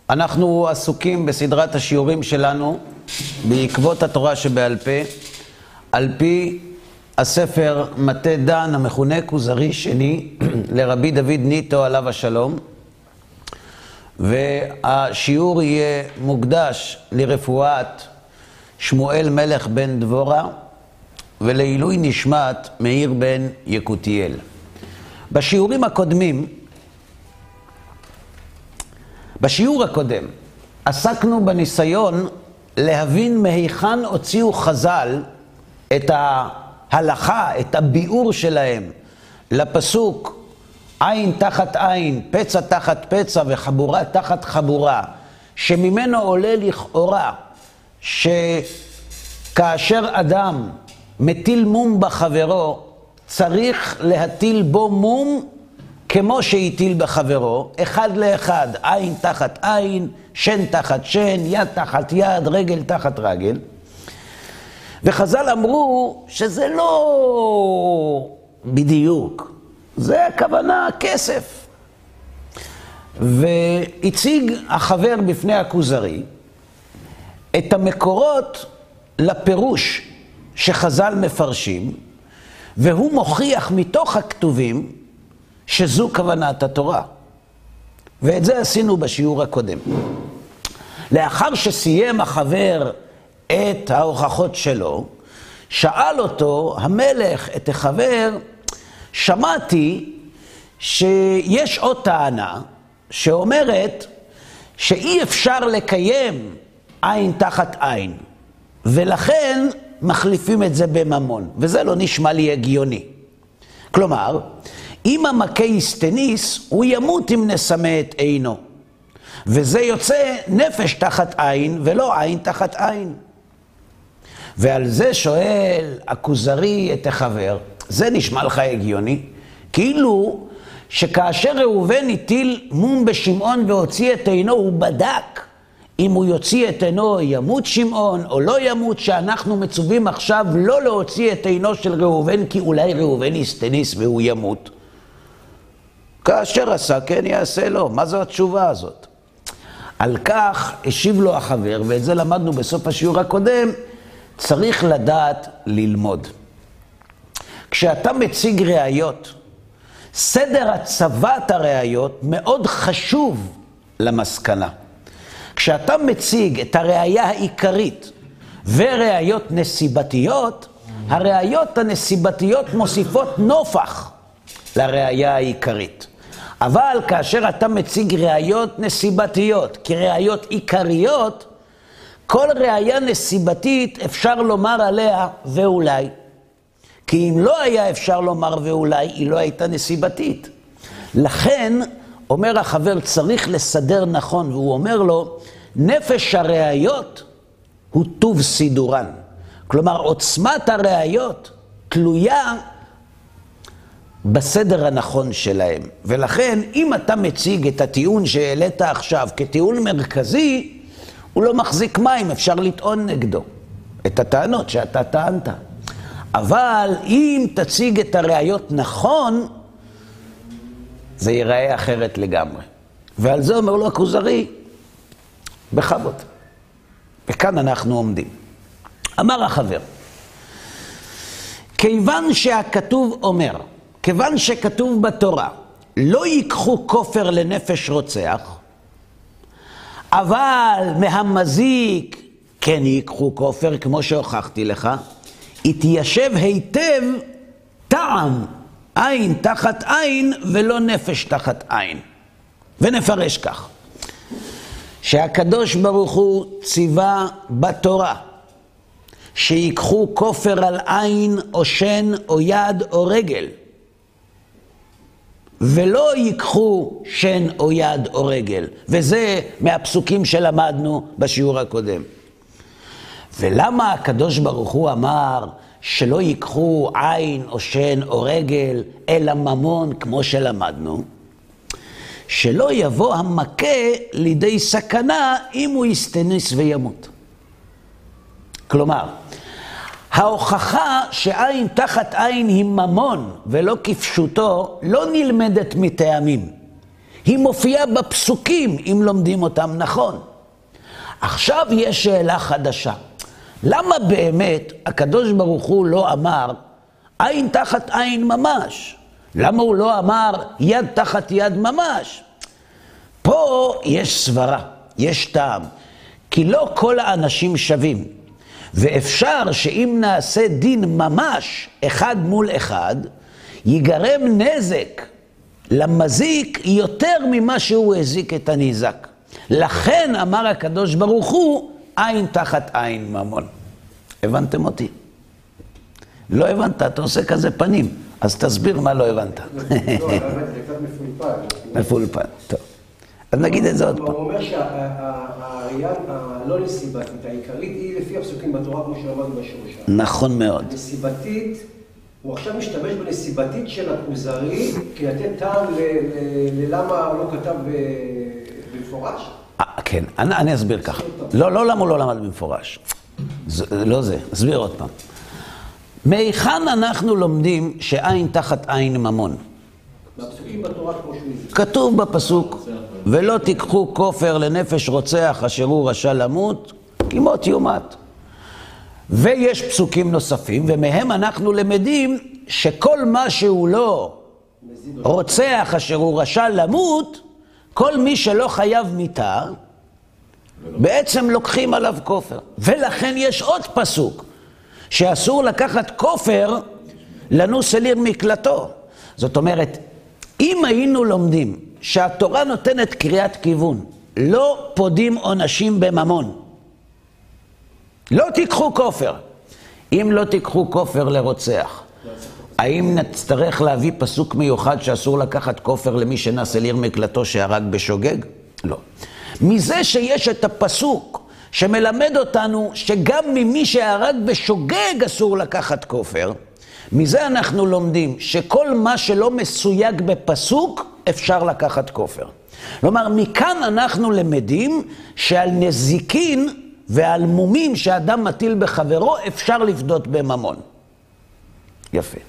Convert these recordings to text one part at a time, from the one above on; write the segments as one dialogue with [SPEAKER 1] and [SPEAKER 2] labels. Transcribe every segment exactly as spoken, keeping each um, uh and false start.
[SPEAKER 1] אנחנו עסוקים בסדרת השיעורים שלנו בעקבות התורה שבעל פה, על פי הספר מטה דן המכונה כוזרי שני לרבי דוד ניטו עליו השלום, והשיעור יהיה מוקדש לרפואת שמואל מלך בן דבורה ולעילוי נשמת מאיר בן יקותיאל. בשיעורים הקודמים, בשיעור הקודם, עסקנו בניסיון להבין מהיכן הוציאו חז"ל את ההלכה, את הביאור שלהם לפסוק עין תחת עין, פצע תחת פצע וחבורה תחת חבורה, שממנו עולה לכאורה שכאשר אדם מטיל מום בחברו, צריך להטיל בו מום כמו שהטיל בחברו, אחד לאחד, עין תחת עין, שן תחת שן, יד תחת יד, רגל תחת רגל. וחז"ל אמרו שזה לא בדיוק, זה הכוונה כסף. והציג החבר בפני הכוזרי את המקורות לפירוש שחז"ל מפרשים, והוא מוכיח מתוך הכתובים שזו כוונת התורה. ואת זה עשינו בשיעור הקודם. לאחר שסיים החבר את ההוכחות שלו, שאל אותו המלך את החבר, שמעתי שיש עוד טענה שאומרת שאי אפשר לקיים עין תחת עין, ולכן מחליפים את זה בממון, וזה לא נשמע לי הגיוני. כלומר, אם המכה יסטניס, הוא ימות אם נסמה את עינו. וזה יוצא נפש תחת עין ולא עין תחת עין. ועל זה שואל הכוזרי את החבר, זה נשמע לך הגיוני? כאילו שכאשר ראובן הטיל מום בשמעון והוציא את עינו, הוא בדק אם הוא יוציא את עינו ימות שמעון או לא ימות, שאנחנו מצווים עכשיו לא להוציא את עינו של ראובן, כי אולי ראובן יסטניס והוא ימות. כאשר עשה כן יעשה לו. מה זו התשובה הזאת? על כך השיב לו החבר, ואת זה למדנו בסוף השיעור הקודם, צריך לדעת ללמוד. כשאתה מציג ראיות, סדר הצבת הראיות מאוד חשוב למסקנה. כשאתה מציג את הראיה העיקרית וראיות נסיבתיות, הראיות הנסיבתיות מוסיפות נופח לראיה העיקרית. אבל כאשר אתה מציג ראיות נסיבתיות כראיות עיקריות, כל ראיה נסיבתית אפשר לומר עליה ואולי. כי אם לא היה אפשר לומר ואולי, היא לא הייתה נסיבתית. לכן, אומר החבר, צריך לסדר נכון, והוא אומר לו, נפש הראיות הוא טוב סידורן. כלומר, עוצמת הראיות תלויה בסדר הנכון שלהם. ולכן, אם אתה מציג את הטיעון שהעלית עכשיו כטיעון מרכזי, הוא לא מחזיק מים, אפשר לטעון נגדו את הטענות שאתה טענת. אבל אם תציג את הראיות נכון, זה ייראה אחרת לגמרי. ועל זה אומר לו הכוזרי, בכבוד. וכאן אנחנו עומדים. אמר החבר, כיוון שהכתוב אומר, כיוון שכתוב בתורה, לא ייקחו כופר לנפש רוצח, אבל מהמזיק כן ייקחו כופר, כמו שהוכחתי לך, יתיישב היטב טעם עין תחת עין ולא נפש תחת עין. ונפרש כך, שהקדוש ברוך הוא ציווה בתורה שיקחו כופר על עין או שן או יד או רגל, ולא ייקחו שן או יד או רגל. וזה מהפסוקים שלמדנו בשיעור הקודם. ולמה הקדוש ברוך הוא אמר שלא ייקחו עין או שן או רגל, אלא ממון, כמו שלמדנו? שלא יבוא המכה לידי סכנה אם הוא יסטניס וימות. כלומר, ההוכחה שעין תחת עין היא ממון ולא כפשוטו לא נלמדת מטעמים. היא מופיעה בפסוקים, אם לומדים אותם נכון. עכשיו יש שאלה חדשה. למה באמת הקדוש ברוך הוא לא אמר עין תחת עין ממש? למה הוא לא אמר יד תחת יד ממש? פה יש סברה, יש טעם. כי לא כל האנשים שווים. ואפשר שאם נעשה דין ממש אחד מול אחד, ייגרם נזק למזיק יותר ממה שהוא הזיק את הנזק. לכן אמר הקדוש ברוך הוא, עין תחת עין ממון. הבנתם אותי? לא הבנת, אתה עושה כזה פנים, אז תסביר מה לא הבנת.
[SPEAKER 2] לא, זה קצת מפולפל.
[SPEAKER 1] מפולפל, טוב. אז נגיד את זה עוד פעם.
[SPEAKER 2] הוא אומר שהראייה הלא נסיבתית, העיקרית, היא לפי הפסוקים בתורה, כמו שלמדנו בשורשה.
[SPEAKER 1] נכון מאוד.
[SPEAKER 2] הנסיבתית, הוא עכשיו משתמש בנסיבתית של הכוזרי, כי לתת טעם ללמה לא כתב במפורש?
[SPEAKER 1] כן, אני אסביר ככה. לא, לא למה הוא לא למד במפורש. לא זה, אסביר עוד פעם. מהיכן אנחנו לומדים שעין תחת עין ממון?
[SPEAKER 2] מהפסוקים בתורה כמו שהוא הזכיר.
[SPEAKER 1] כתוב בפסוק, ולא תיקחו כופר לנפש רוצח אשר הוא רשע למות, כמות יומת. ויש פסוקים נוספים, ומהם אנחנו למדים שכל מה שהוא לא רוצח אשר הוא רשע למות, כל מי שלא חייב מיתה, בעצם לוקחים עליו כופר. ולכן יש עוד פסוק, שאסור לקחת כופר לנוס אל עיר מקלטו. זאת אומרת, אם היינו לומדים שהתורה נותנת קריאת כיוון, לא פודים עונשים בממון, לא תיקחו כופר. אם לא תיקחו כופר לרוצח, האם נצטרך להביא פסוק מיוחד שאסור לקחת כופר למי שנס אל עיר מקלטו שהרג בשוגג? לא. מזה שיש את הפסוק שמלמד אותנו שגם ממי שהרג בשוגג אסור לקחת כופר, מזה אנחנו לומדים שכל מה שלא מסויג בפסוק אפשר לקחת כופר. כלומר, מכאן אנחנו למדים שעל נזיקין ועל מומים שאדם מטיל בחברו אפשר לפדות בממון. יפה.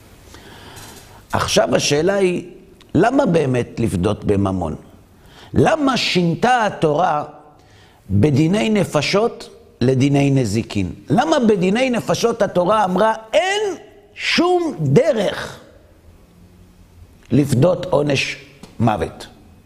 [SPEAKER 1] עכשיו השאלה היא, למה באמת לפדות בממון? למה שינתה התורה בדיני נפשות לדיני נזיקין? למה בדיני נפשות התורה אמרה אין שום דרך לפדות עונש מוות?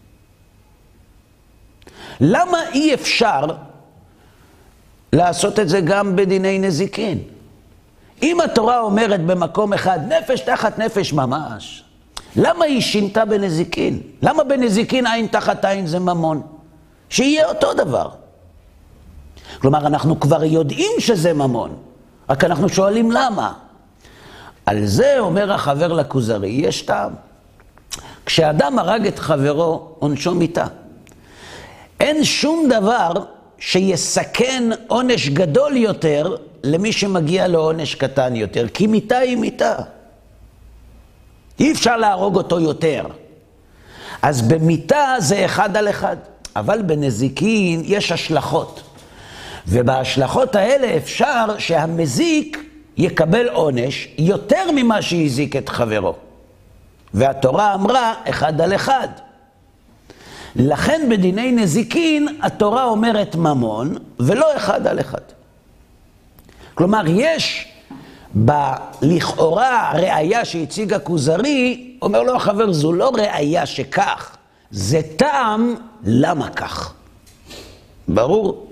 [SPEAKER 1] למה אי אפשר לעשות את זה גם בדיני נזיקין? אם התורה אומרת במקום אחד נפש תחת נפש ממש, למה היא שינתה בנזיקין? למה בנזיקין עין תחת עין זה ממון? שיהיה אותו דבר. כלומר, אנחנו כבר יודעים שזה ממון, רק אנחנו שואלים למה. על זה אומר החבר לכוזרי, יש טעם. כשאדם הרג את חברו, עונשו מיתה. אין שום דבר שיסכן עונש גדול יותר למי שמגיע לו עונש קטן יותר, כי מיתה היא מיתה. אי אפשר להרוג אותו יותר. אז במיתה זה אחד על אחד, אבל בנזיקין יש השלכות. ובהשלכות האלה אפשר שהמזיק יקבל עונש יותר ממה שהזיק את חברו. והתורה אמרה אחד על אחד. לכן בדיני נזיקין התורה אומרת ממון ולא אחד על אחד. כלומר, יש לכאורה ראיה שהציג הכוזרי, אומר לו החבר, זו לא ראיה שכך, זה טעם למה כך. ברור?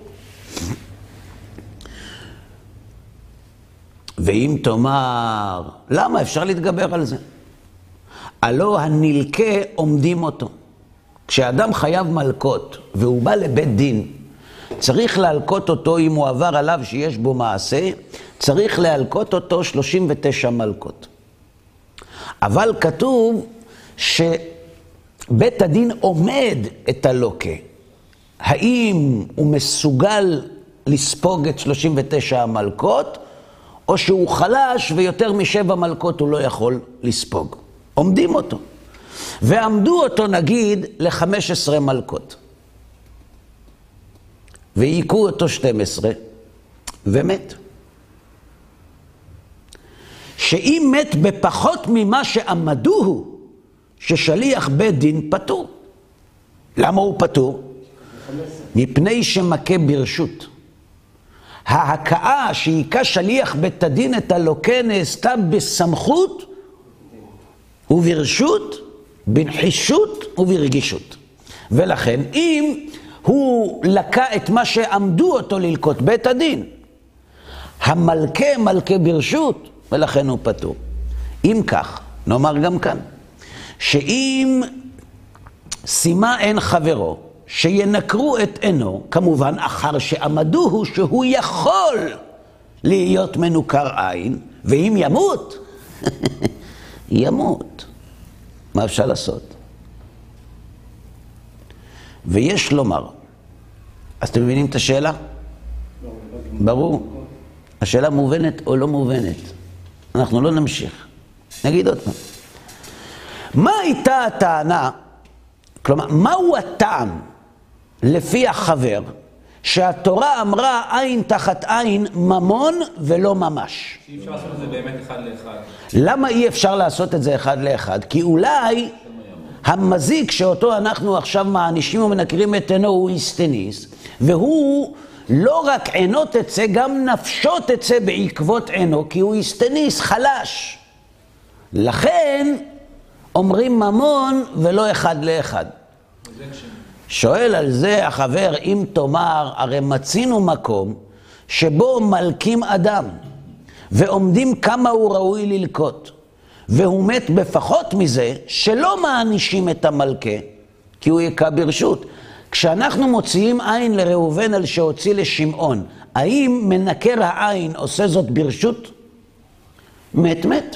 [SPEAKER 1] ואם תאמר, למה אפשר להתגבר על זה? הלא הנלקה עומדים אותו. כשאדם חייב מלקות והוא בא לבית דין, צריך להלקות אותו אם הוא עבר עליו שיש בו מעשה, צריך להלקות אותו שלושים ותשע מלקות. אבל כתוב שבית הדין עומד את הלוקה. האם הוא מסוגל לספוג את שלושים ותשע המלקות, או שהוא חלש ויותר משבע מלקות הוא לא יכול לספוג. עומדים אותו. ועמדו אותו נגיד ל-חמש עשרה מלקות. ויקו אותו שתים עשרה, ומת. שאם מת בפחות ממה שעמדוהו, ששליח בית דין פטור. למה הוא פטור? מפני שמכה ברשות. ההכאה שהיכה שליח בית הדין את הלוקה נעשתה בסמכות וברשות, בנחישות וברגישות. ולכן אם הוא לקה את מה שעמדו אותו ללקות בית הדין, המלכה מלכה ברשות, ולכן הוא פטור. אם כך, נאמר גם כאן, שאם שימה אין חברו, שינקרו את עינו, כמובן אחר שעמדוהו שהוא יכול להיות מנוכר עין, ואם ימות, ימות. מה אפשר לעשות? ויש לומר, אז אתם מבינים את השאלה? ברור. השאלה מובנת או לא מובנת. אנחנו לא נמשיך. נגיד עוד פעם. מה הייתה הטענה, כלומר, מהו הטעם לפי החבר שהתורה אמרה עין תחת עין ממון ולא ממש?
[SPEAKER 3] שאי אפשר לעשות את זה באמת אחד לאחד.
[SPEAKER 1] למה אי אפשר לעשות את זה אחד לאחד? כי אולי המזיק שאותו אנחנו עכשיו מענישים ומנקרים את עינו הוא איסטניס, והוא לא רק עינו תצא, גם נפשו תצא בעקבות עינו, כי הוא איסטניס חלש. לכן אומרים ממון ולא אחד לאחד. שואל על זה החבר, אם תאמר, הרי מצינו מקום שבו מלקים אדם ועומדים כמה הוא ראוי ללקות, והוא מת בפחות מזה, שלא מענישים את המלכה, כי הוא יקע ברשות. כשאנחנו מוציאים עין לראובן על שהוציא לשמעון, האם מנקר העין עושה זאת ברשות? מת מת.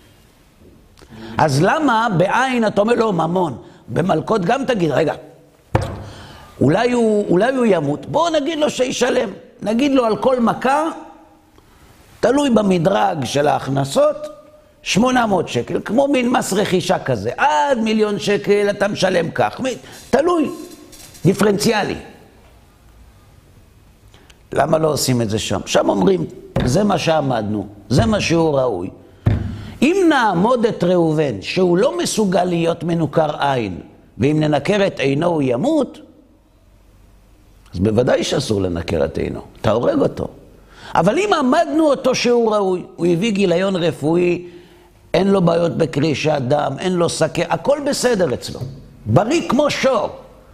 [SPEAKER 1] אז למה בעין אתה אומר לו ממון? במלכות גם תגיד, רגע, אולי הוא, אולי הוא ימות, בואו נגיד לו שישלם. נגיד לו על כל מכה, תלוי במדרג של ההכנסות, שמונה מאות שקל, כמו מין מס רכישה כזה. עד מיליון שקל אתה משלם כך. תלוי, דיפרנציאלי. למה לא עושים את זה שם? שם אומרים, זה מה שעמדנו, זה מה שהוא ראוי. אם נעמוד את ראובן, שהוא לא מסוגל להיות מנוכר עין, ואם ננקר את עינו הוא ימות, אז בוודאי שאסור לנקר את עינו, אתה הורג אותו. אבל אם עמדנו אותו שהוא ראוי, הוא הביא גיליון רפואי, אין לו בעיות בקרישת דם, אין לו סכר, הכל בסדר אצלו. בריא כמו שור.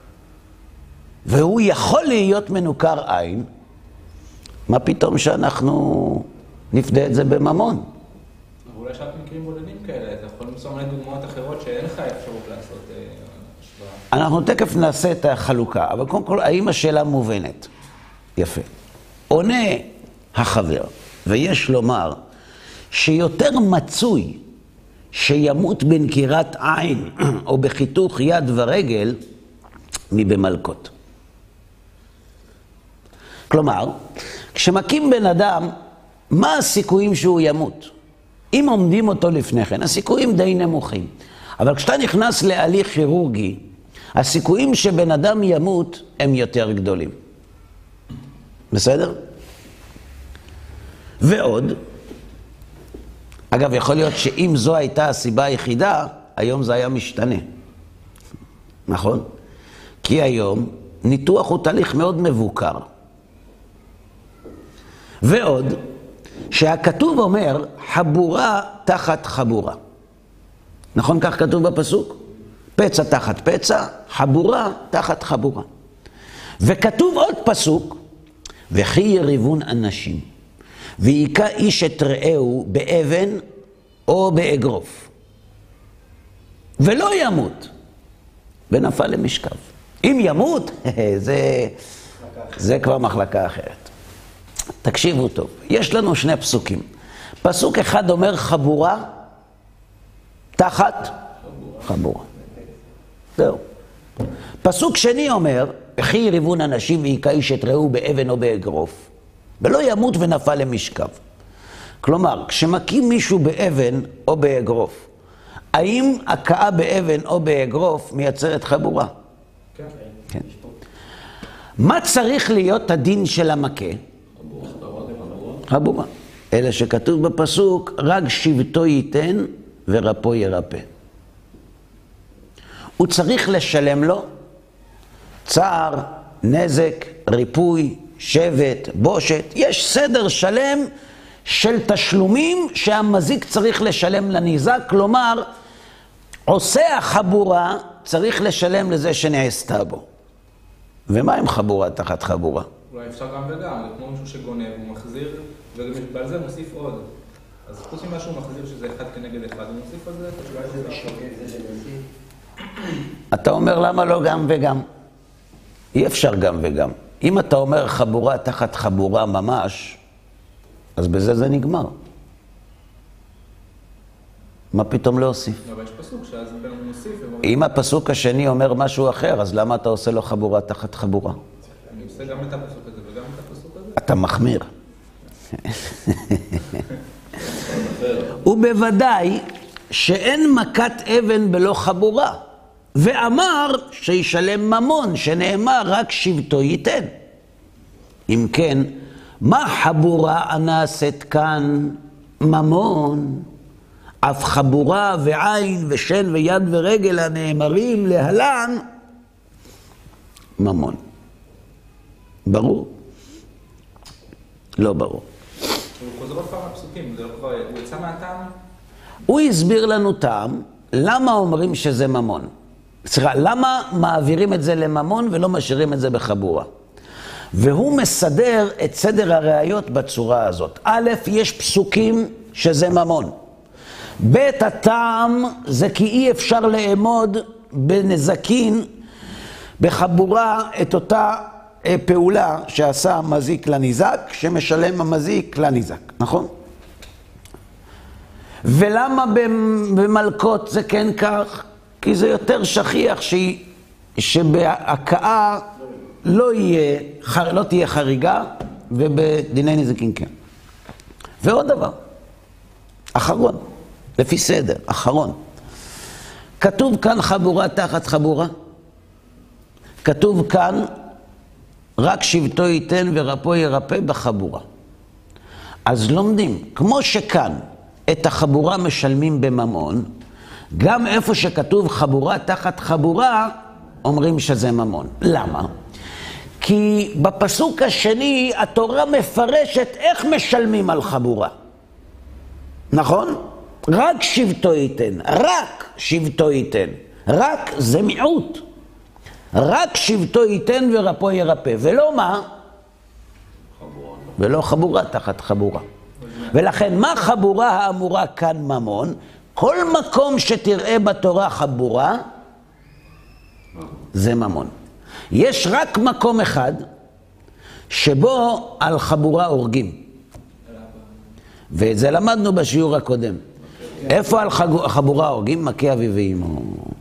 [SPEAKER 1] והוא יכול להיות מנוכר עין, מה פתאום שאנחנו נפדה את זה בממון?
[SPEAKER 3] אולי יש רק מקרים בודדים כאלה, אתה יכול למצוא מלא דוגמאות אחרות שאין לך אפשרות לעשות השוואה.
[SPEAKER 1] אנחנו תכף נעשה את החלוקה, אבל קודם כל, האם השאלה מובנת? יפה. עונה החבר, ויש לומר שיותר מצוי שימות בנקירת עין או בחיתוך יד ורגל מבמלכות. כלומר, כשמקים בן אדם, מה הסיכויים שהוא ימות? אם עומדים אותו לפני כן, הסיכויים די נמוכים. אבל כשאתה נכנס להליך כירורגי, הסיכויים שבן אדם ימות הם יותר גדולים. בסדר? ועוד, אגב, יכול להיות שאם זו הייתה הסיבה היחידה, היום זה היה משתנה. נכון? כי היום ניתוח הוא תהליך מאוד מבוקר. ועוד, שהכתוב אומר, חבורה תחת חבורה. נכון כך כתוב בפסוק? פצע תחת פצע, חבורה תחת חבורה. וכתוב עוד פסוק, וכי יריבון אנשים, ויקע איש את רעהו באבן או באגרוף, ולא ימות, ונפל למשכב. אם ימות, זה, זה כבר מחלקה אחרת. תקשיבו טוב, יש לנו שני פסוקים. פסוק אחד אומר חבורה תחת חבורה. זהו. פסוק שני אומר, וכי יריבון אנשים ויקע איש את רעהו באבן או באגרוף, ולא ימות ונפל למשכב. כלומר, כשמכים מישהו באבן או באגרוף, האם הכאה באבן או באגרוף מייצרת חבורה?
[SPEAKER 3] כן.
[SPEAKER 1] כן. מה צריך להיות הדין של המכה? חבורה. אלא שכתוב בפסוק, רק שבטו ייתן ורפו ירפא. הוא צריך לשלם לו צער, נזק, ריפוי, שבט, בושת. יש סדר שלם של תשלומים שהמזיק צריך לשלם לניזק, כלומר, עושה החבורה צריך לשלם לזה שנעשתה בו. ומה עם חבורה תחת חבורה?
[SPEAKER 3] אולי אפשר גם וגם, זה כמו מישהו שגונב, הוא מחזיר, ובעל זה מוסיף עוד. אז חוץ ממה שהוא מחזיר שזה אחד כנגד אחד, הוא מוסיף על זה, אולי זה משוגע, זה בנזיק.
[SPEAKER 1] אתה אומר למה לא גם וגם? אי אפשר גם וגם. אם אתה אומר חבורה תחת חבורה ממש, אז בזה זה נגמר. מה פתאום להוסיף?
[SPEAKER 3] לא, אבל יש פסוק שאז הוא מוסיף.
[SPEAKER 1] אם הפסוק השני אומר משהו אחר, אז למה אתה עושה לו חבורה תחת חבורה?
[SPEAKER 3] אני עושה גם את הפסוק הזה וגם את הפסוק הזה.
[SPEAKER 1] אתה מחמיר. ובוודאי שאין מכת אבן בלא חבורה, ואמר שישלם ממון, שנאמר רק שבטו ייתן. אם כן, מה חבורה הנעשית כאן? ממון. אף חבורה ועין ושן ויד ורגל הנאמרים להלן, ממון. ברור? לא ברור.
[SPEAKER 3] הוא חוזר עוד פעם הפסוקים, הוא יצא מהטעם?
[SPEAKER 1] הוא הסביר לנו טעם, למה אומרים שזה ממון. סליחה, למה מעבירים את זה לממון ולא משאירים את זה בחבורה? והוא מסדר את סדר הראיות בצורה הזאת. א', יש פסוקים שזה ממון. ב', הטעם זה כי אי אפשר לאמוד בנזקין בחבורה את אותה פעולה שעשה המזיק לניזק, שמשלם המזיק לניזק, נכון? ולמה במלכות זה כן כך? כי זה יותר שכיח שהיא, שבהכאה לא, יהיה, לא תהיה חריגה, ובדיני נזיקין כן. ועוד דבר, אחרון, לפי סדר, אחרון. כתוב כאן חבורה תחת חבורה. כתוב כאן רק שבטו ייתן ורפו ירפא בחבורה. אז לומדים, כמו שכאן את החבורה משלמים בממון, גם איפה שכתוב חבורה תחת חבורה, אומרים שזה ממון. למה? כי בפסוק השני התורה מפרשת איך משלמים על חבורה. נכון? רק שבטו ייתן, רק שבטו ייתן. רק זה מיעוט. רק שבטו ייתן ורפו ירפא. ולא מה? חבורה. ולא חבורה תחת חבורה. ולכן מה חבורה האמורה כאן ממון? כל מקום שתראה בתורה חבורה, זה ממון. יש רק מקום אחד שבו על חבורה הורגים. ואת זה למדנו בשיעור הקודם. איפה על חבורה הורגים? מכה אביו ואמו.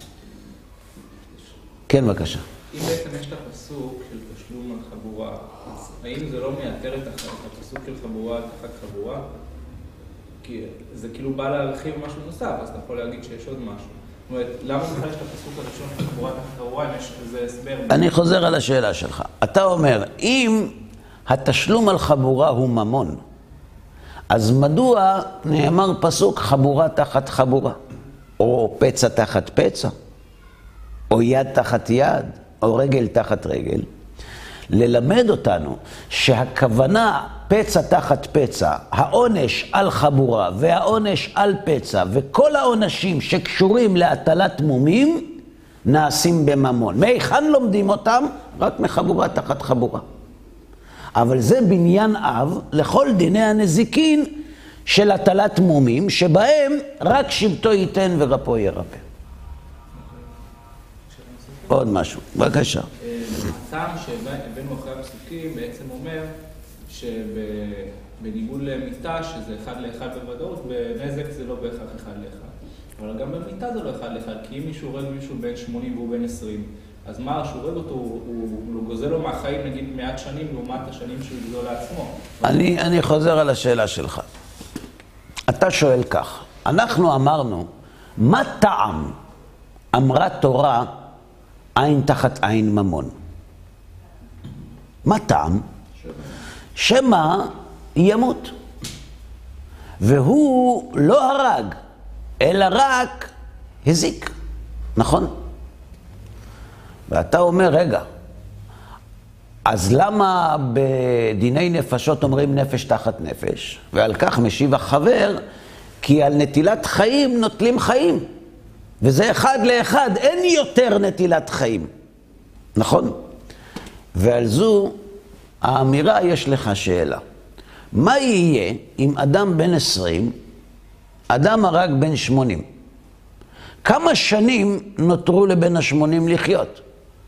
[SPEAKER 1] כן, בבקשה.
[SPEAKER 3] אם בעצם יש את הפסוק של תשלום על חבורה, אז האם זה לא מייתר את הפסוק של חבורה תחת חבורה? כי זה כאילו בא להרחיב משהו נוסף, אז אתה יכול להגיד שיש עוד משהו. זאת אומרת, למה בכלל יש את הפסוק הראשון של חבורה תחת חבורה, אם יש איזה הסבר?
[SPEAKER 1] אני חוזר על השאלה שלך. אתה אומר, אם התשלום על חבורה הוא ממון, אז מדוע נאמר פסוק חבורה תחת חבורה? או פצע תחת פצע? או יד תחת יד? או רגל תחת רגל? ללמד אותנו שהכוונה פצע תחת פצע, העונש על חבורה והעונש על פצע וכל העונשים שקשורים להטלת מומים נעשים בממון. מהיכן לומדים אותם? רק מחבורה תחת חבורה. אבל זה בניין אב לכל דיני הנזיקין של הטלת מומים, שבהם רק שבטו ייתן ורפו ירפא. עוד משהו, בבקשה.
[SPEAKER 3] הטעם שהבאנו אחרי הפסוקים בעצם אומר שבניגוד למיטה, שזה אחד לאחד בוודאות, בנזק זה לא בהכרח אחד לאחד. אבל גם במיטה זה לא אחד לאחד, כי אם מישהו הורג מישהו בן שמונים והוא בן עשרים, אז מה, שהוא הורג אותו, הוא, הוא, הוא גוזל לו מהחיים נגיד מעט שנים לעומת השנים שהוא גזול לעצמו.
[SPEAKER 1] אני, אני חוזר על השאלה שלך. אתה שואל כך, אנחנו אמרנו, מה טעם אמרה תורה עין תחת עין ממון? מה טעם? שמה ימות. והוא לא הרג, אלא רק הזיק. נכון? ואתה אומר, רגע, אז למה בדיני נפשות אומרים נפש תחת נפש? ועל כך משיב החבר, כי על נטילת חיים נוטלים חיים. וזה אחד לאחד, אין יותר נטילת חיים. נכון? ועל זו האמירה יש לך שאלה. מה יהיה אם אדם בן עשרים, אדם הרג בן שמונים? כמה שנים נותרו לבן השמונים לחיות?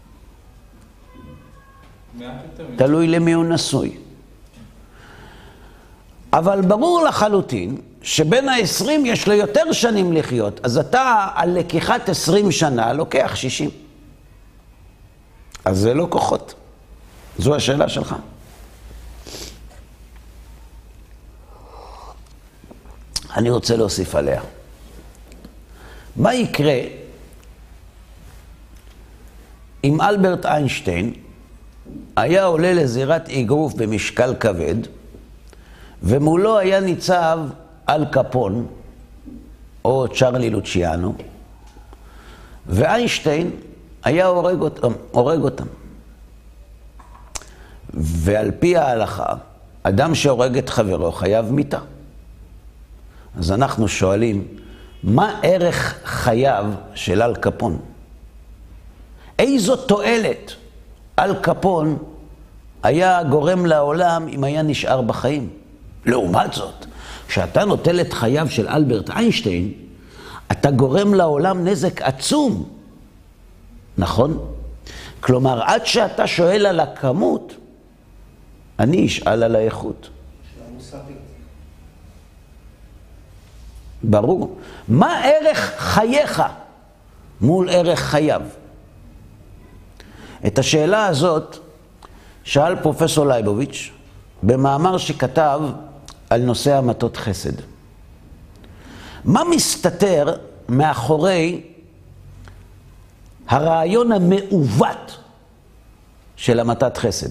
[SPEAKER 1] תלוי למי הוא נשוי. אבל ברור לחלוטין שבין העשרים יש לו יותר שנים לחיות, אז אתה על לקיחת עשרים שנה לוקח שישים. אז זה לא כוחות. זו השאלה שלך. אני רוצה להוסיף עליה. מה יקרה אם אלברט איינשטיין היה עולה לזירת אגרוף במשקל כבד, ומולו היה ניצב אל קפון, או צ'רלי לוציאנו, ואיינשטיין היה הורג אותם, הורג אותם. ועל פי ההלכה, אדם שהורג את חברו חייב מיתה. אז אנחנו שואלים, מה ערך חייו של אל קפון? איזו תועלת אל קפון היה גורם לעולם אם היה נשאר בחיים? לעומת זאת, כשאתה נוטל את חייו של אלברט איינשטיין, אתה גורם לעולם נזק עצום. נכון? כלומר, עד שאתה שואל על הכמות, אני אשאל על האיכות. ברור. מה ערך חייך מול ערך חייו? את השאלה הזאת שאל פרופסור לייבוביץ' במאמר שכתב על נושא המתות חסד. מה מסתתר מאחורי הרעיון המעוות של המתת חסד?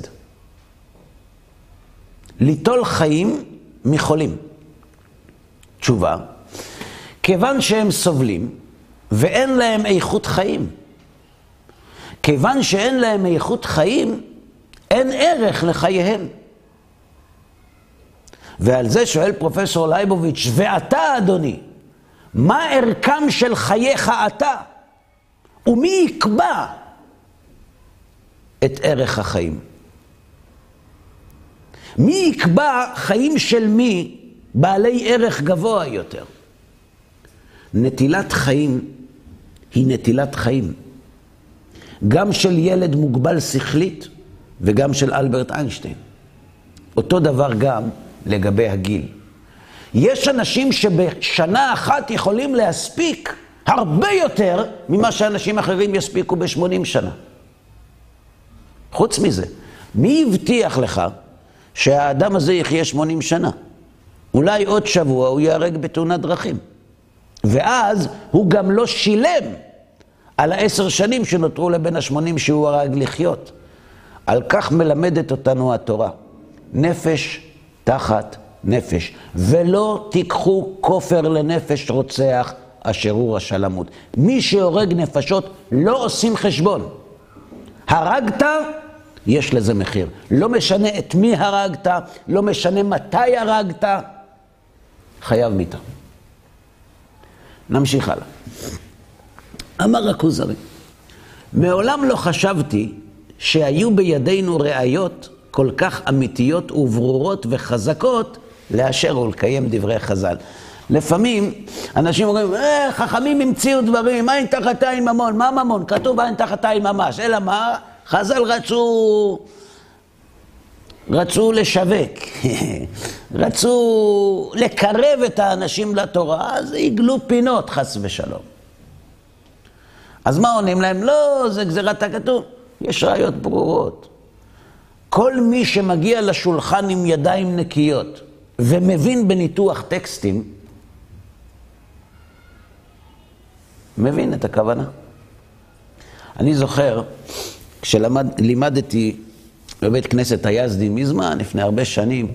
[SPEAKER 1] ליטול חיים מחולים. תשובה, כיוון שהם סובלים ואין להם איכות חיים. כיוון שאין להם איכות חיים, אין ערך לחייהם. ועל זה שואל פרופסור לייבוביץ', ואתה אדוני, מה ערכם של חייך אתה? ומי יקבע את ערך החיים? מי יקבע חיים של מי בעלי ערך גבוה יותר? נטילת חיים היא נטילת חיים. גם של ילד מוגבל שכלית וגם של אלברט איינשטיין. אותו דבר גם לגבי הגיל. יש אנשים שבשנה אחת יכולים להספיק הרבה יותר ממה שאנשים אחרים יספיקו ב-שמונים שנה. חוץ מזה, מי הבטיח לך שהאדם הזה יחיה שמונים שנה? אולי עוד שבוע הוא יהרג בתאונת דרכים. ואז הוא גם לא שילם על העשר שנים שנותרו לבן השמונים שהוא הרג לחיות. על כך מלמדת אותנו התורה. נפש תחת נפש. ולא תיקחו כופר לנפש רוצח אשר הוא רשע למות. מי שהורג נפשות לא עושים חשבון. הרגת, יש לזה מחיר. לא משנה את מי הרגת, לא משנה מתי הרגת, חייב מיתה. נמשיך הלאה. אמר הכוזרי, מעולם לא חשבתי שהיו בידינו ראיות כל כך אמיתיות וברורות וחזקות לאשר ולקיים דברי חז"ל. לפעמים אנשים אומרים, אה, חכמים המציאו דברים, מה אין תחת עין ממון? מה ממון? כתוב אין תחת עין ממש. אלא מה? חז"ל רצו, רצו לשווק, רצו לקרב את האנשים לתורה, אז יגלו פינות חס ושלום. אז מה עונים להם? לא, זה גזירת הכתוב. יש ראיות ברורות. כל מי שמגיע לשולחן עם ידיים נקיות ומבין בניתוח טקסטים, מבין את הכוונה. אני זוכר, כשלימדתי בבית כנסת היזדי מזמן, לפני הרבה שנים,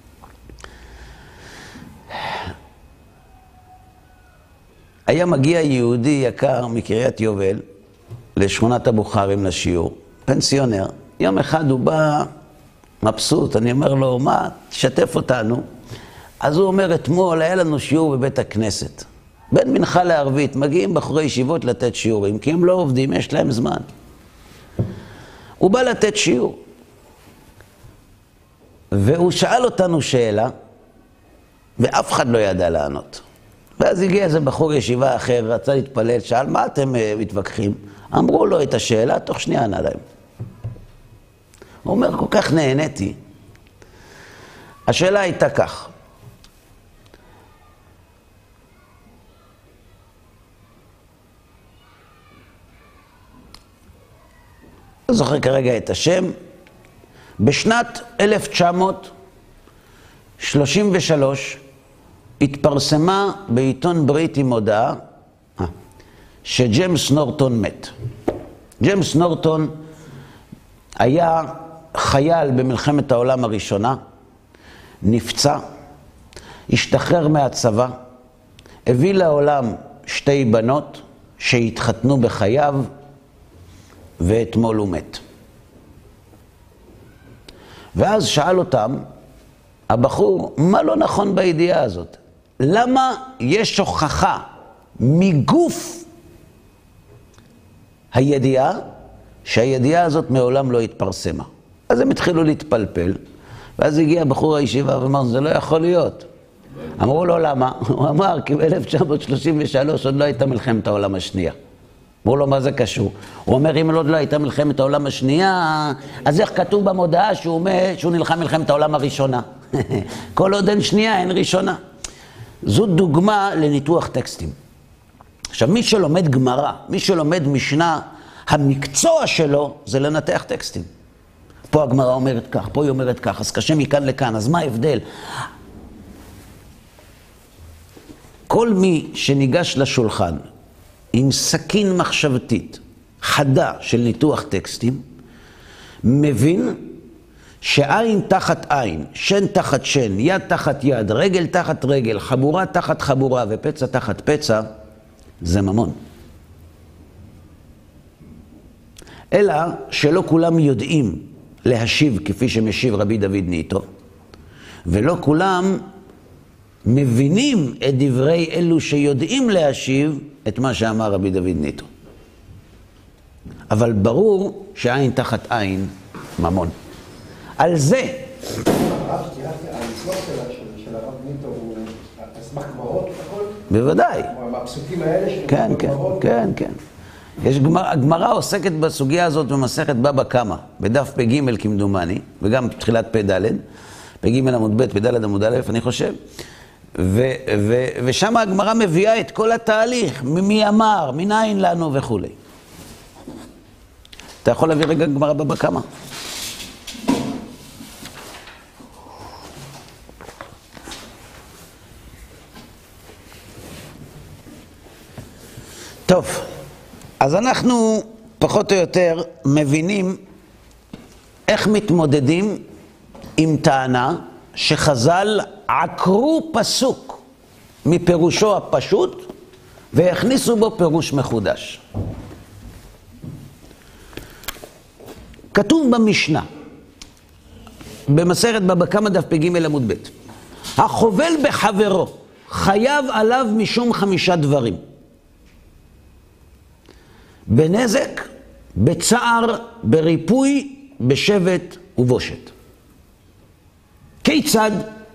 [SPEAKER 1] היה מגיע יהודי יקר מקריית יובל לשכונת הבוכרים לשיעור, פנסיונר, יום אחד הוא בא מבסוט, אני אומר לו, מה, תשתף אותנו. אז הוא אומר, אתמול היה לנו שיעור בבית הכנסת. בין מנחה לערבית, מגיעים בחורי ישיבות לתת שיעורים, כי הם לא עובדים, יש להם זמן. הוא בא לתת שיעור. והוא שאל אותנו שאלה, ואף אחד לא ידע לענות. ואז הגיע איזה בחור ישיבה אחר, רצה להתפלל, שאל, מה אתם uh, מתווכחים? אמרו לו את השאלה, תוך שנייה ענה להם. הוא אומר, כל כך נהניתי. השאלה הייתה כך. לא זוכר כרגע את השם. בשנת אלף תשע מאות שלושים ושלוש התפרסמה בעיתון בריטי מודעה שג'יימס נורטון מת. ג'יימס נורטון היה חייל במלחמת העולם הראשונה, נפצע, השתחרר מהצבא, הביא לעולם שתי בנות שהתחתנו בחייו, ואתמול הוא מת. ואז שאל אותם, הבחור, מה לא נכון בידיעה הזאת? למה יש הוכחה מגוף הידיעה שהידיעה הזאת מעולם לא התפרסמה? אז הם התחילו להתפלפל, ואז הגיע בחור הישיבה ואמר, זה לא יכול להיות. אמרו לו, למה? הוא אמר, כי ב-אלף תשע מאות שלושים ושלוש עוד לא הייתה מלחמת העולם השנייה. אמרו לו, מה זה קשור? הוא אומר, אם עוד לא הייתה מלחמת העולם השנייה, אז איך כתוב במודעה שהוא מת, שהוא נלחם מלחמת העולם הראשונה? כל עוד אין שנייה, אין ראשונה. זו דוגמה לניתוח טקסטים. עכשיו, מי שלומד גמרא, מי שלומד משנה, המקצוע שלו זה לנתח טקסטים. פה הגמרא אומרת כך, פה היא אומרת כך, אז קשה מכאן לכאן, אז מה ההבדל? כל מי שניגש לשולחן עם סכין מחשבתית חדה של ניתוח טקסטים, מבין שעין תחת עין, שן תחת שן, יד תחת יד, רגל תחת רגל, חבורה תחת חבורה ופצע תחת פצע, זה ממון. אלא שלא כולם יודעים להשיב כפי שמשיב רבי דוד ניטו, ולא כולם מבינים את דברי אלו שיודעים להשיב את מה שאמר רבי דוד ניטו. אבל ברור שעין תחת עין ממון. על זה...
[SPEAKER 2] הרב, סתירתי, הניסוח של הרב ניטו הוא אסמך גמרות הכל?
[SPEAKER 1] בוודאי.
[SPEAKER 2] הפסוקים האלה של
[SPEAKER 1] כן, כן, כן, כן. יש גמרא, הגמרא עוסקת בסוגיה הזאת במסכת בבא קמא, בדף פ"ג כמדומני, וגם תחילת פ"ד, פ"ג עמוד ב', פ"ד עמוד א', אני חושב. ו, ו, ושם הגמרא מביאה את כל התהליך, מי אמר, מנין לנו וכו'. אתה יכול להביא רגע גמרא בבא קמא? טוב, אז אנחנו פחות או יותר מבינים איך מתמודדים עם טענה שחז"ל עקרו פסוק מפירושו הפשוט והכניסו בו פירוש מחודש. כתוב במשנה, במסכת בבא קמא דף פ"ג עמוד ב', החובל בחברו חייב עליו משום חמישה דברים: בנזק, בצער, בריפוי, בשבט ובושת. כיצד?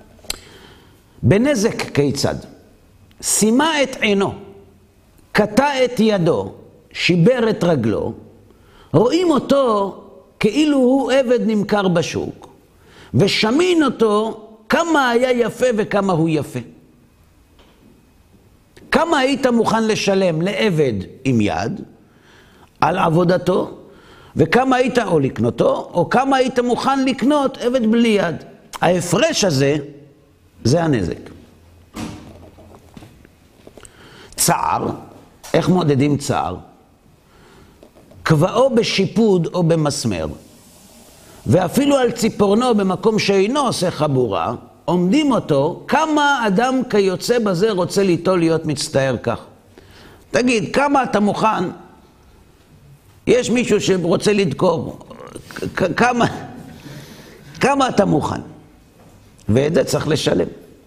[SPEAKER 1] בנזק כיצד? שימה את עינו, קטע את ידו, שיבר את רגלו, רואים אותו כאילו הוא עבד נמכר בשוק, ושמין אותו כמה היה יפה וכמה הוא יפה. כמה היית מוכן לשלם לעבד עם יד על עבודתו, וכמה היית או לקנותו, או כמה היית מוכן לקנות עבד בלי יד. ההפרש הזה, זה הנזק. צער, איך מודדים צער? קבעו בשיפוד או במסמר, ואפילו על ציפורנו במקום שאינו עושה חבורה, עומדים אותו, כמה אדם כיוצא בזה רוצה ליטול להיות מצטער כך. תגיד, כמה אתה מוכן? יש מישהו שרוצה לדקור, כמה, כמה אתה מוכן? ואת זה צריך לשלם.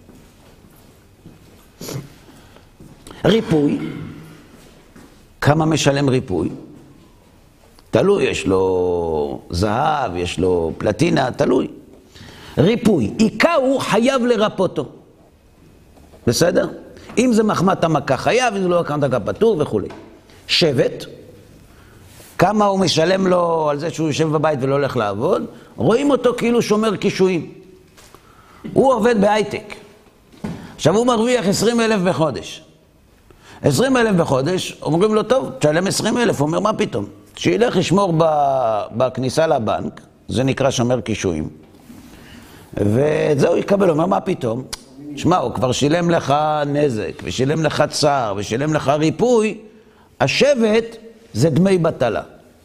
[SPEAKER 1] ריפוי, כמה משלם ריפוי? תלוי, יש לו זהב, יש לו פלטינה, תלוי. ריפוי, עיקר הוא חייב לרפותו. בסדר? אם זה מחמת המכה חייב, אם זה לא מחמת המכה פטור וכו'. שבט, כמה הוא משלם לו על זה שהוא יושב בבית ולא הולך לעבוד? רואים אותו כאילו שומר קישואים. הוא עובד בהייטק. עכשיו הוא מרוויח עשרים אלף בחודש. עשרים אלף בחודש, אומרים לו, טוב, תשלם עשרים אלף. הוא אומר, מה פתאום? שילך לשמור בכניסה לבנק, זה נקרא שומר קישואים. ואת זה הוא יקבל, הוא אומר, מה פתאום? שמע, הוא כבר שילם לך נזק, ושילם לך צער, ושילם לך ריפוי, השבט זה דמי בטלה.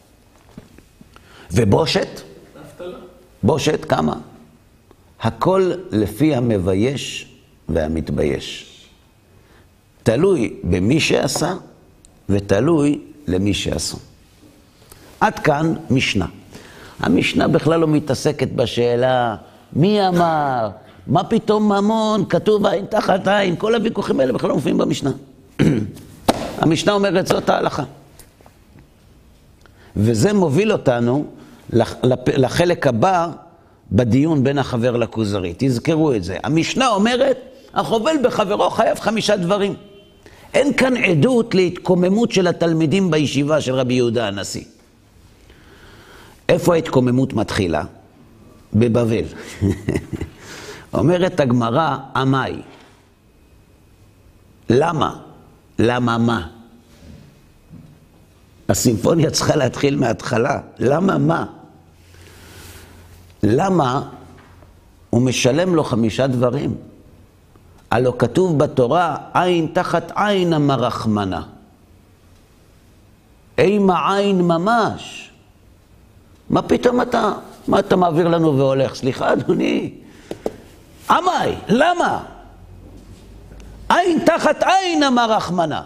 [SPEAKER 1] ובושת? בושת, כמה? הכל לפי המבייש והמתבייש. תלוי במי שעשה, ותלוי למי שעשו. עד כאן משנה. המשנה בכלל לא מתעסקת בשאלה, מי אמר, מה פתאום ממון, כתוב עין תחת עין, כל הוויכוחים האלה בכלל לא מופיעים במשנה. המשנה אומרת זאת ההלכה. וזה מוביל אותנו לחלק הבא בדיון בין החבר לכוזרי. תזכרו את זה. המשנה אומרת, החובל בחברו חייב חמישה דברים. אין כאן עדות להתקוממות של התלמידים בישיבה של רבי יהודה הנשיא. איפה ההתקוממות מתחילה? בבבל. אומרת הגמרא, עמי. למה? למה מה? הסימפוניה צריכה להתחיל מההתחלה. למה מה? למה הוא משלם לו חמישה דברים? הלא כתוב בתורה, עין תחת עין אמר רחמנה. אימה עין ממש. מה פתאום אתה, מה אתה מעביר לנו והולך? סליחה אדוני. עמי, למה? עין תחת עין אמר רחמנה.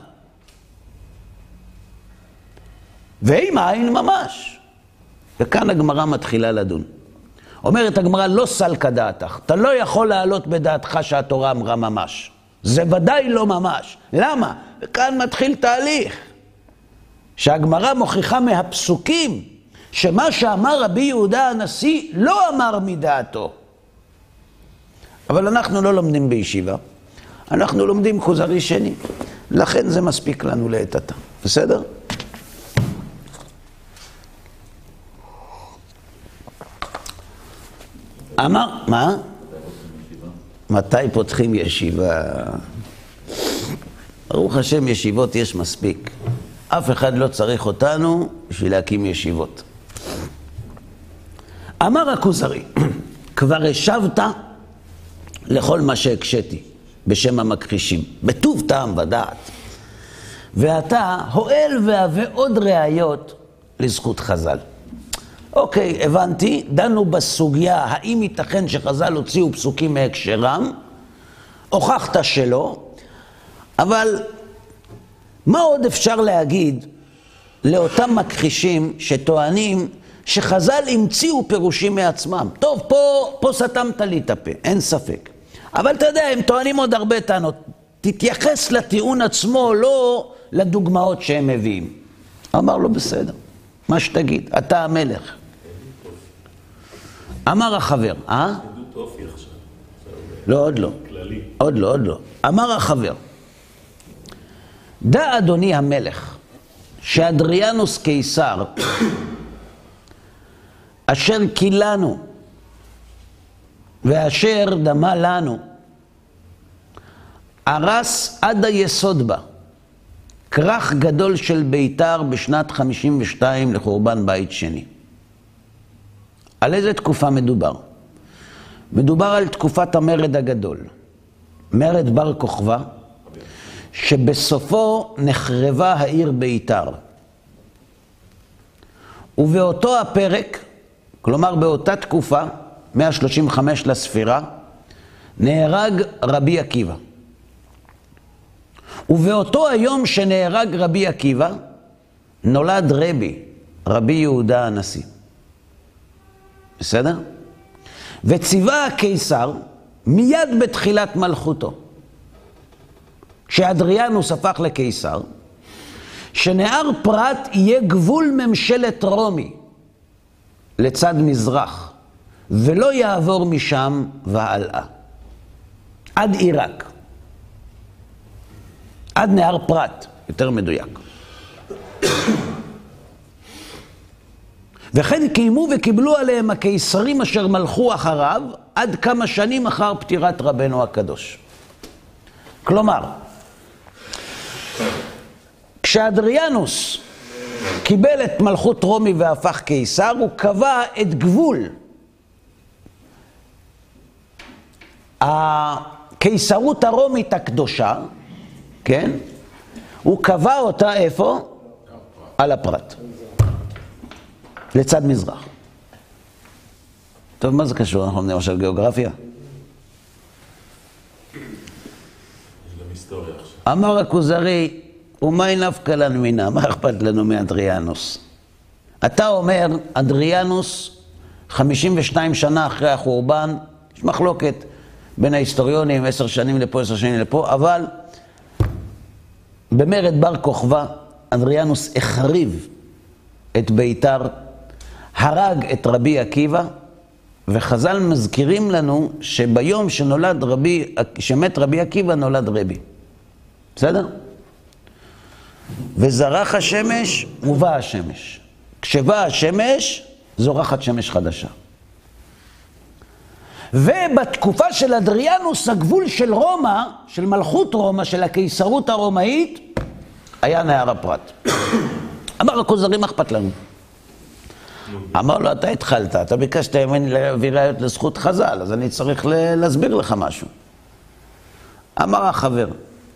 [SPEAKER 1] ואימה עין ממש. וכאן הגמרא מתחילה לדון. אומרת הגמרא, לא סלקא דעתך. אתה לא יכול להעלות בדעתך שהתורה אמרה ממש. זה ודאי לא ממש. למה? וכאן מתחיל תהליך. שהגמרא מוכיחה מהפסוקים, שמה שאמר רבי יהודה הנשיא לא אמר מדעתו. אבל אנחנו לא לומדים בישיבה. אנחנו לומדים כוזרי שני. לכן זה מספיק לנו לעת עתה. בסדר? אמר, מה? מתי פותחים ישיבה? ברוך השם, ישיבות יש מספיק. אף אחד לא צריך אותנו בשביל להקים ישיבות. אמר הכוזרי, כבר השבת לכל מה שהקשיתי בשם המכחישים, בטוב טעם ודעת. ואתה הועל והווה עוד ראיות לזכות חז"ל. אוקיי, הבנתי, דנו בסוגיה, האם ייתכן שחז"ל הוציאו פסוקים מהקשרם? הוכחת שלא, אבל מה עוד אפשר להגיד לאותם מכחישים שטוענים שחז"ל המציאו פירושים מעצמם? טוב, פה, פה סתמת לי את הפה, אין ספק. אבל אתה יודע, הם טוענים עוד הרבה טענות. תתייחס לטיעון עצמו, לא לדוגמאות שהם מביאים. אמר לו, בסדר, מה שתגיד, אתה המלך. אמר החבר, אה?
[SPEAKER 4] עדות אופי עכשיו.
[SPEAKER 1] לא, עוד לא.
[SPEAKER 4] כללי.
[SPEAKER 1] עוד לא, עוד לא. אמר החבר, דע אדוני המלך, שאדריאנוס קיסר, אשר קילנו, ואשר דמה לנו, הרס עד היסוד בה, כרך גדול של ביתר בשנת חמישים ושתיים לחורבן בית שני. על איזה תקופה מדובר? מדובר על תקופת המרד הגדול. מרד בר כוכבא, שבסופו נחרבה העיר ביתר. ובאותו הפרק, כלומר באותה תקופה, מאה שלושים וחמש לספירה, נהרג רבי עקיבא. ובאותו היום שנהרג רבי עקיבא, נולד רבי, רבי יהודה הנשיא. בסדר? וציווה הקיסר מיד בתחילת מלכותו, כשאדריאנוס הפך לקיסר, שנהר פרת יהיה גבול ממשלת רומי לצד מזרח, ולא יעבור משם והלאה. עד עיראק. עד נהר פרת, יותר מדויק. וכן קיימו וקיבלו עליהם הקיסרים אשר מלכו אחריו, עד כמה שנים אחר פטירת רבנו הקדוש. כלומר, כשאדריאנוס קיבל את מלכות רומי והפך קיסר, הוא קבע את גבול הקיסרות הרומית הקדושה, כן? הוא קבע אותה איפה? על הפרת. לצד מזרח. טוב, מה זה קשור? אנחנו לומדים עכשיו גיאוגרפיה. אמר הכוזרי, ומאי נפקא לן מינה, מה אכפת לנו מאדריאנוס? אתה אומר, אדריאנוס, חמישים ושתיים שנה אחרי החורבן, יש מחלוקת בין ההיסטוריונים, עשר שנים לפה, עשר שנים לפה, אבל במרד בר כוכבא, אדריאנוס החריב את ביתר, הרג את רבי עקיבא, וחז"ל מזכירים לנו שביום שנולד רבי, שמת רבי עקיבא נולד רבי. בסדר? וזרח השמש ובא השמש. כשבא השמש, זורחת שמש חדשה. ובתקופה של אדריאנוס, הגבול של רומא, של מלכות רומא, של הקיסרות הרומאית, היה נהר הפרת. אמר הכוזרי, מה אכפת לנו? אמר לו, אתה התחלת, אתה ביקשת ממני להביא ראיות לזכות חז"ל, אז אני צריך להסביר לך משהו. אמר החבר,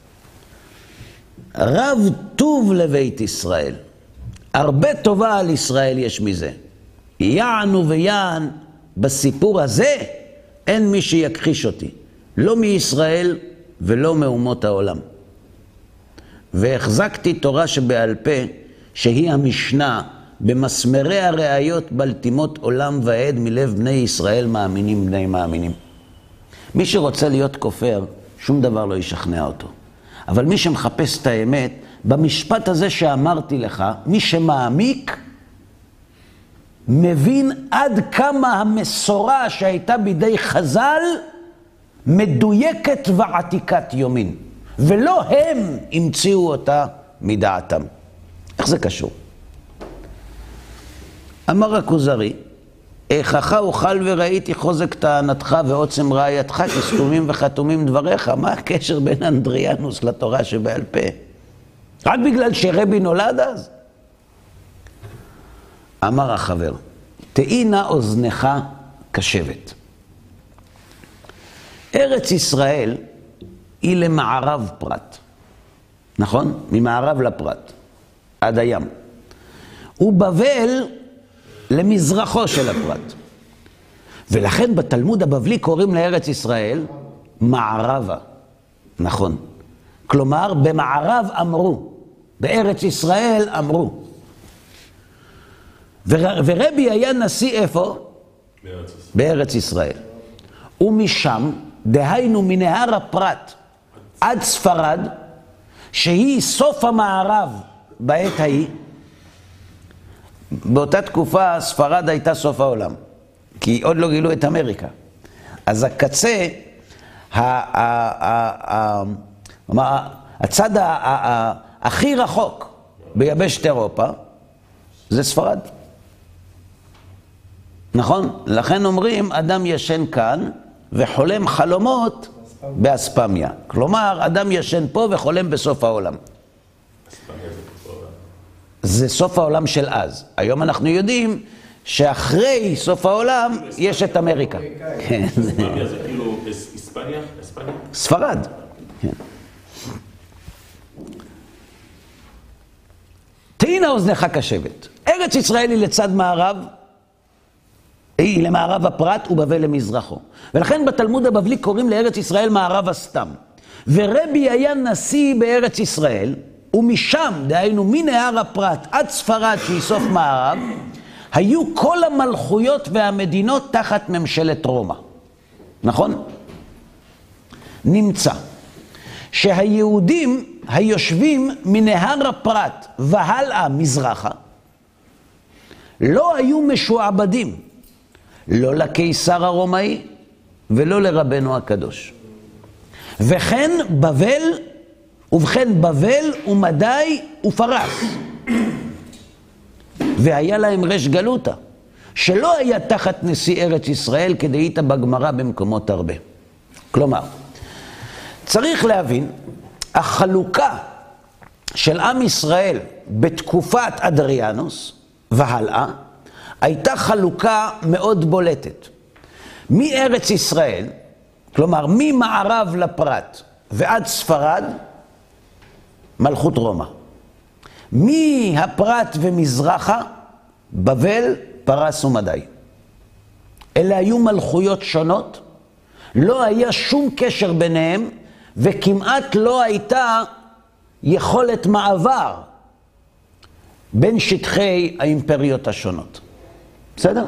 [SPEAKER 1] רב טוב לבית ישראל, הרבה טובה על ישראל יש מזה. יען וביען, בסיפור הזה אין מי שיכחיש אותי, לא מישראל ולא מאומות העולם. והחזקתי תורה שבעל פה, שהיא המשנה, במסמרי הראיות בלטימות עולם ועד מלב בני ישראל מאמינים בני מאמינים. מי שרוצה להיות כופר, שום דבר לא ישכנע אותו. אבל מי שמחפש את האמת, במשפט הזה שאמרתי לך, מי שמעמיק, מבין עד כמה המסורה שהייתה בידי חז"ל, מדויקת ועתיקת יומין. ולא הם המציאו אותה מדעתם. איך זה קשור? אמר הכוזרי, איכך אוכל וראיתי חוזק טענתך ועוצם ראייתך, כי סתומים וחתומים דבריך. מה הקשר בין אנדריאנוס לתורה שבעל פה? רק בגלל שרבי נולד אז? אמר החבר, תהי נא אוזנך קשבת. ארץ ישראל היא למערב פרת, נכון? ממערב לפרת, עד הים. ובבל למזרחו של הפרת. ולכן בתלמוד הבבלי קוראים לארץ ישראל מערבה. נכון. כלומר, במערב אמרו, בארץ ישראל אמרו. ור, ורבי היה נשיא איפה? בארץ ישראל. בארץ ישראל. ומשם, דהיינו מנהר הפרת עד ספרד, שהיא סוף המערב בעת ההיא, באותה תקופה ספרד הייתה סוף העולם, כי עוד לא גילו את אמריקה. אז הקצה, הצד הכי רחוק ביבשת אירופה, זה ספרד. נכון? לכן אומרים, אדם ישן כאן וחולם חלומות באספמיה. כלומר, אדם ישן פה וחולם בסוף העולם. זה סוף העולם של אז. היום אנחנו יודעים שאחרי סוף העולם יש את אמריקה.
[SPEAKER 4] אספמיה זה כאילו אספניה?
[SPEAKER 1] ספרד. תהי נא אוזנך קשבת. ארץ ישראל היא לצד מערב, היא למערב הפרת ובבל למזרחו. ולכן בתלמוד הבבלי קוראים לארץ ישראל מערב הסתם. ורבי היה נשיא בארץ ישראל, ומשם, דהיינו מנהר הפרת עד ספרד שהיא סוף מערב, היו כל המלכויות והמדינות תחת ממשלת רומא. נכון? נמצא שהיהודים היושבים מנהר הפרת והלאה מזרחה לא היו משועבדים, לא לקיסר הרומאי ולא לרבנו הקדוש. וכן בבל, ובכן בבל ומדי ופרס. והיה להם רש גלותה, שלא היה תחת נשיא ארץ ישראל כדאית בגמרא במקומות הרבה. כלומר, צריך להבין, החלוקה של עם ישראל בתקופת אדריאנוס והלאה, הייתה חלוקה מאוד בולטת. מארץ ישראל, כלומר ממערב לפרת ועד ספרד, מלכות רומא. מהפרת ומזרחה, בבל, פרס ומדי. אלה היו מלכויות שונות, לא היה שום קשר ביניהם, וכמעט לא הייתה יכולת מעבר בין שטחי האימפריות השונות. בסדר?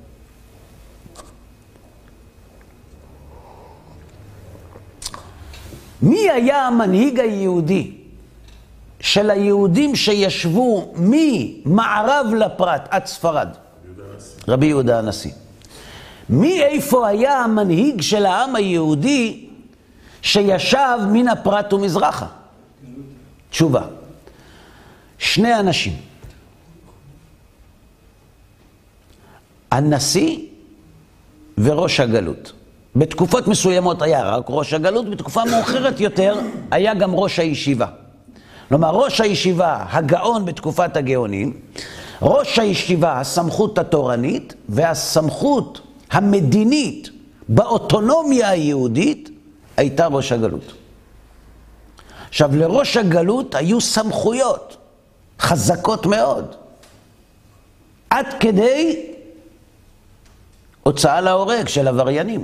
[SPEAKER 1] מי היה המנהיג היהודי של היהודים שישבו ממערב לפרת עד ספרד? רבי יהודה הנשיא. מי איפה היה המנהיג של העם היהודי שישב מן הפרת ומזרחה? תשובה. שני אנשים. הנשיא וראש הגלות. בתקופות מסוימות היה רק ראש הגלות, בתקופה מאוחרת יותר היה גם ראש הישיבה. כלומר, ראש הישיבה, הגאון בתקופת הגאונים, ראש הישיבה, הסמכות התורנית, והסמכות המדינית באוטונומיה היהודית, הייתה ראש הגלות. עכשיו, לראש הגלות היו סמכויות חזקות מאוד, עד כדי הוצאה להורג של עבריינים.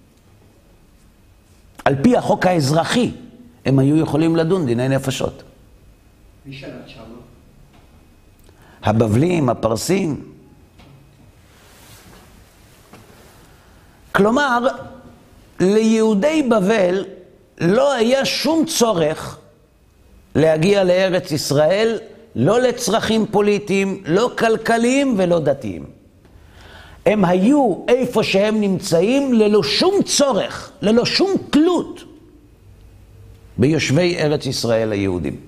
[SPEAKER 1] על פי החוק האזרחי, הם היו יכולים לדון דיני נפשות.
[SPEAKER 2] מי שלט שם?
[SPEAKER 1] הבבלים, הפרסים. כלומר, ליהודי בבל לא היה שום צורך להגיע לארץ ישראל, לא לצרכים פוליטיים, לא כלכליים ולא דתיים. הם היו איפה שהם נמצאים ללא שום צורך, ללא שום תלות ביושבי ארץ ישראל היהודים.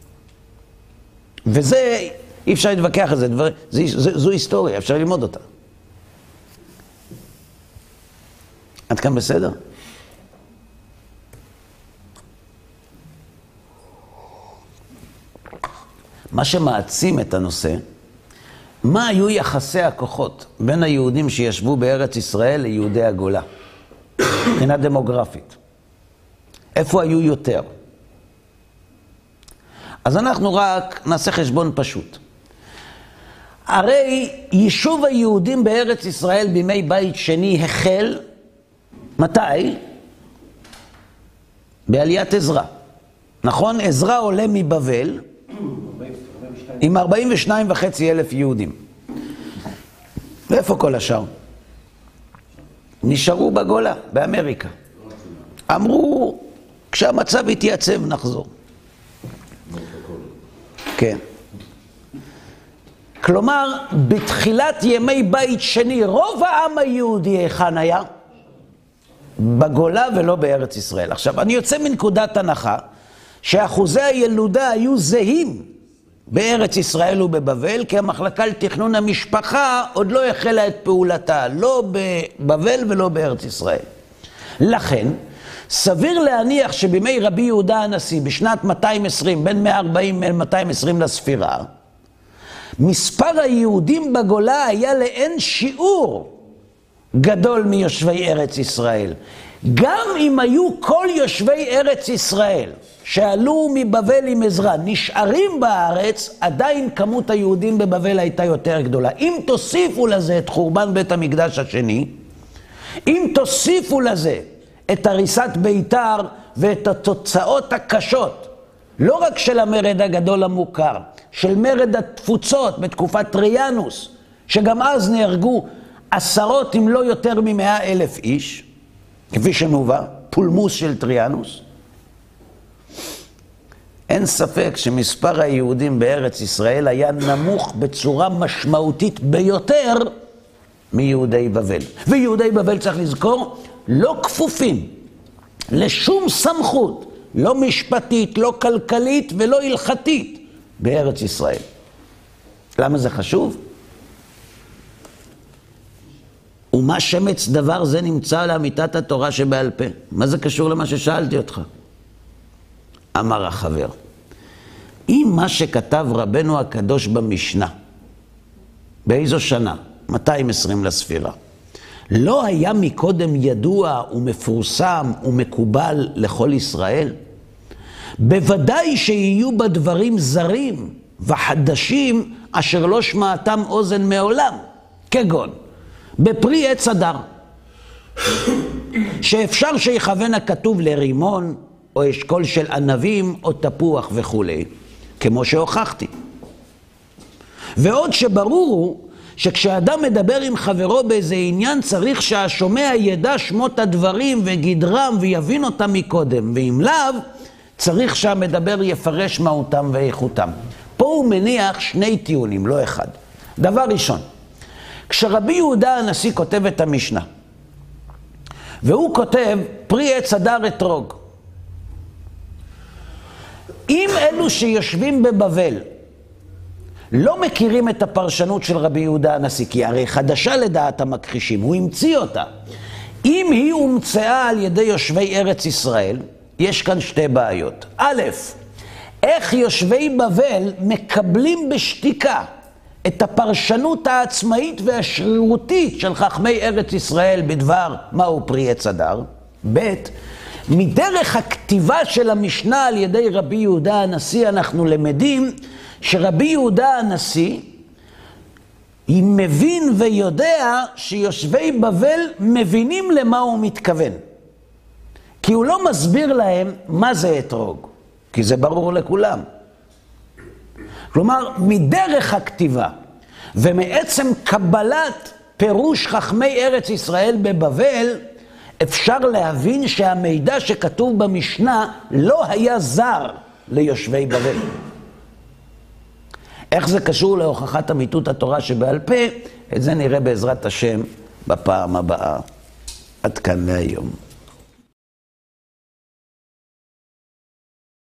[SPEAKER 1] וזה, אי אפשר להתווכח על זה, דבר, זה, זה, זו היסטוריה, אפשר ללמוד אותה. עד כאן בסדר? מה שמעצים את הנושא, מה היו יחסי הכוחות בין היהודים שישבו בארץ ישראל ליהודי הגולה, מבחינה דמוגרפית? איפה היו יותר? אז אנחנו רק נעשה חשבון פשוט. הרי יישוב היהודים בארץ ישראל בימי בית שני החל, מתי? בעליית עזרא. נכון? עזרא עולה מבבל עם ארבעים ושניים וחצי אלף יהודים. ואיפה כל השאר? נשארו בגולה, באמריקה. אמרו, כשהמצב יתייצב נחזור. כן. כלומר, בתחילת ימי בית שני, רוב העם היהודי היכן היה? בגולה ולא בארץ ישראל. עכשיו, אני יוצא מנקודת הנחה שאחוזי הילודה היו זהים בארץ ישראל ובבבל, כי המחלקה לתכנון המשפחה עוד לא החלה את פעולתה, לא בבבל ולא בארץ ישראל. לכן, סביר להניח שבימי רבי יהודה הנשיא, בשנת מאתיים ועשרים, בין מאה וארבעים ל-מאתיים ועשרים לספירה, מספר היהודים בגולה היה לאין שיעור גדול מיושבי ארץ ישראל. גם אם היו כל יושבי ארץ ישראל שעלו מבבל עם עזרא נשארים בארץ, עדיין כמות היהודים בבבל הייתה יותר גדולה. אם תוסיפו לזה את חורבן בית המקדש השני, אם תוסיפו לזה את הריסת ביתר ואת התוצאות הקשות, לא רק של המרד הגדול המוכר, של מרד התפוצות בתקופת טריאנוס, שגם אז נהרגו עשרות אם לא יותר ממאה אלף איש, כפי שמובא, פולמוס של טריאנוס. אין ספק שמספר היהודים בארץ ישראל היה נמוך בצורה משמעותית ביותר מיהודי בבל. ויהודי בבל, צריך לזכור, לא כפופים לשום סמכות, לא משפטית, לא כלכלית ולא הלכתית בארץ ישראל. למה זה חשוב? ומה שמץ דבר זה נמצא לאמיתת התורה שבעל פה. מה זה קשור למה ששאלתי אותך? אמר החבר, אם מה שכתב רבנו הקדוש במשנה, באיזו שנה? מאתיים ועשרים לספירה. לא היה מקודם ידוע ומפורסם ומקובל לכל ישראל? בוודאי שיהיו בדברים זרים וחדשים אשר לא שמעתם אוזן מעולם, כגון בפרי עץ הדר, שאפשר שיכוון הכתוב לרימון או אשכול של ענבים או תפוח וכו', כמו שהוכחתי. ועוד שברור הוא שכשאדם מדבר עם חברו באיזה עניין, צריך שהשומע ידע שמות הדברים וגדרם ויבין אותם מקודם, ואם לאו, צריך שהמדבר יפרש מהותם ואיכותם. פה הוא מניח שני טיעונים, לא אחד. דבר ראשון, כשרבי יהודה הנשיא כותב את המשנה, והוא כותב פרי עץ הדר אתרוג, אם אלו שיושבים בבבל לא מכירים את הפרשנות של רבי יהודה הנשיא, כי הרי חדשה לדעת המכחישים, הוא המציא אותה. אם היא הומצאה על ידי יושבי ארץ ישראל, יש כאן שתי בעיות. א', איך יושבי בבל מקבלים בשתיקה את הפרשנות העצמאית והשרירותית של חכמי ארץ ישראל בדבר מהו פרי עץ הדר? ב', מדרך הכתיבה של המשנה על ידי רבי יהודה הנשיא אנחנו למדים שרבי יהודה הנשיא מבין ויודע שיושבי בבל מבינים למה הוא מתכוון. כי הוא לא מסביר להם מה זה אתרוג, כי זה ברור לכולם. כלומר, מדרך הכתיבה ומעצם קבלת פירוש חכמי ארץ ישראל בבבל, אפשר להבין שהמידע שכתוב במשנה לא היה זר ליושבי בבל. איך זה קשור להוכחת אמיתות התורה שבעל פה? את זה נראה בעזרת השם בפעם הבאה. עד כאן להיום.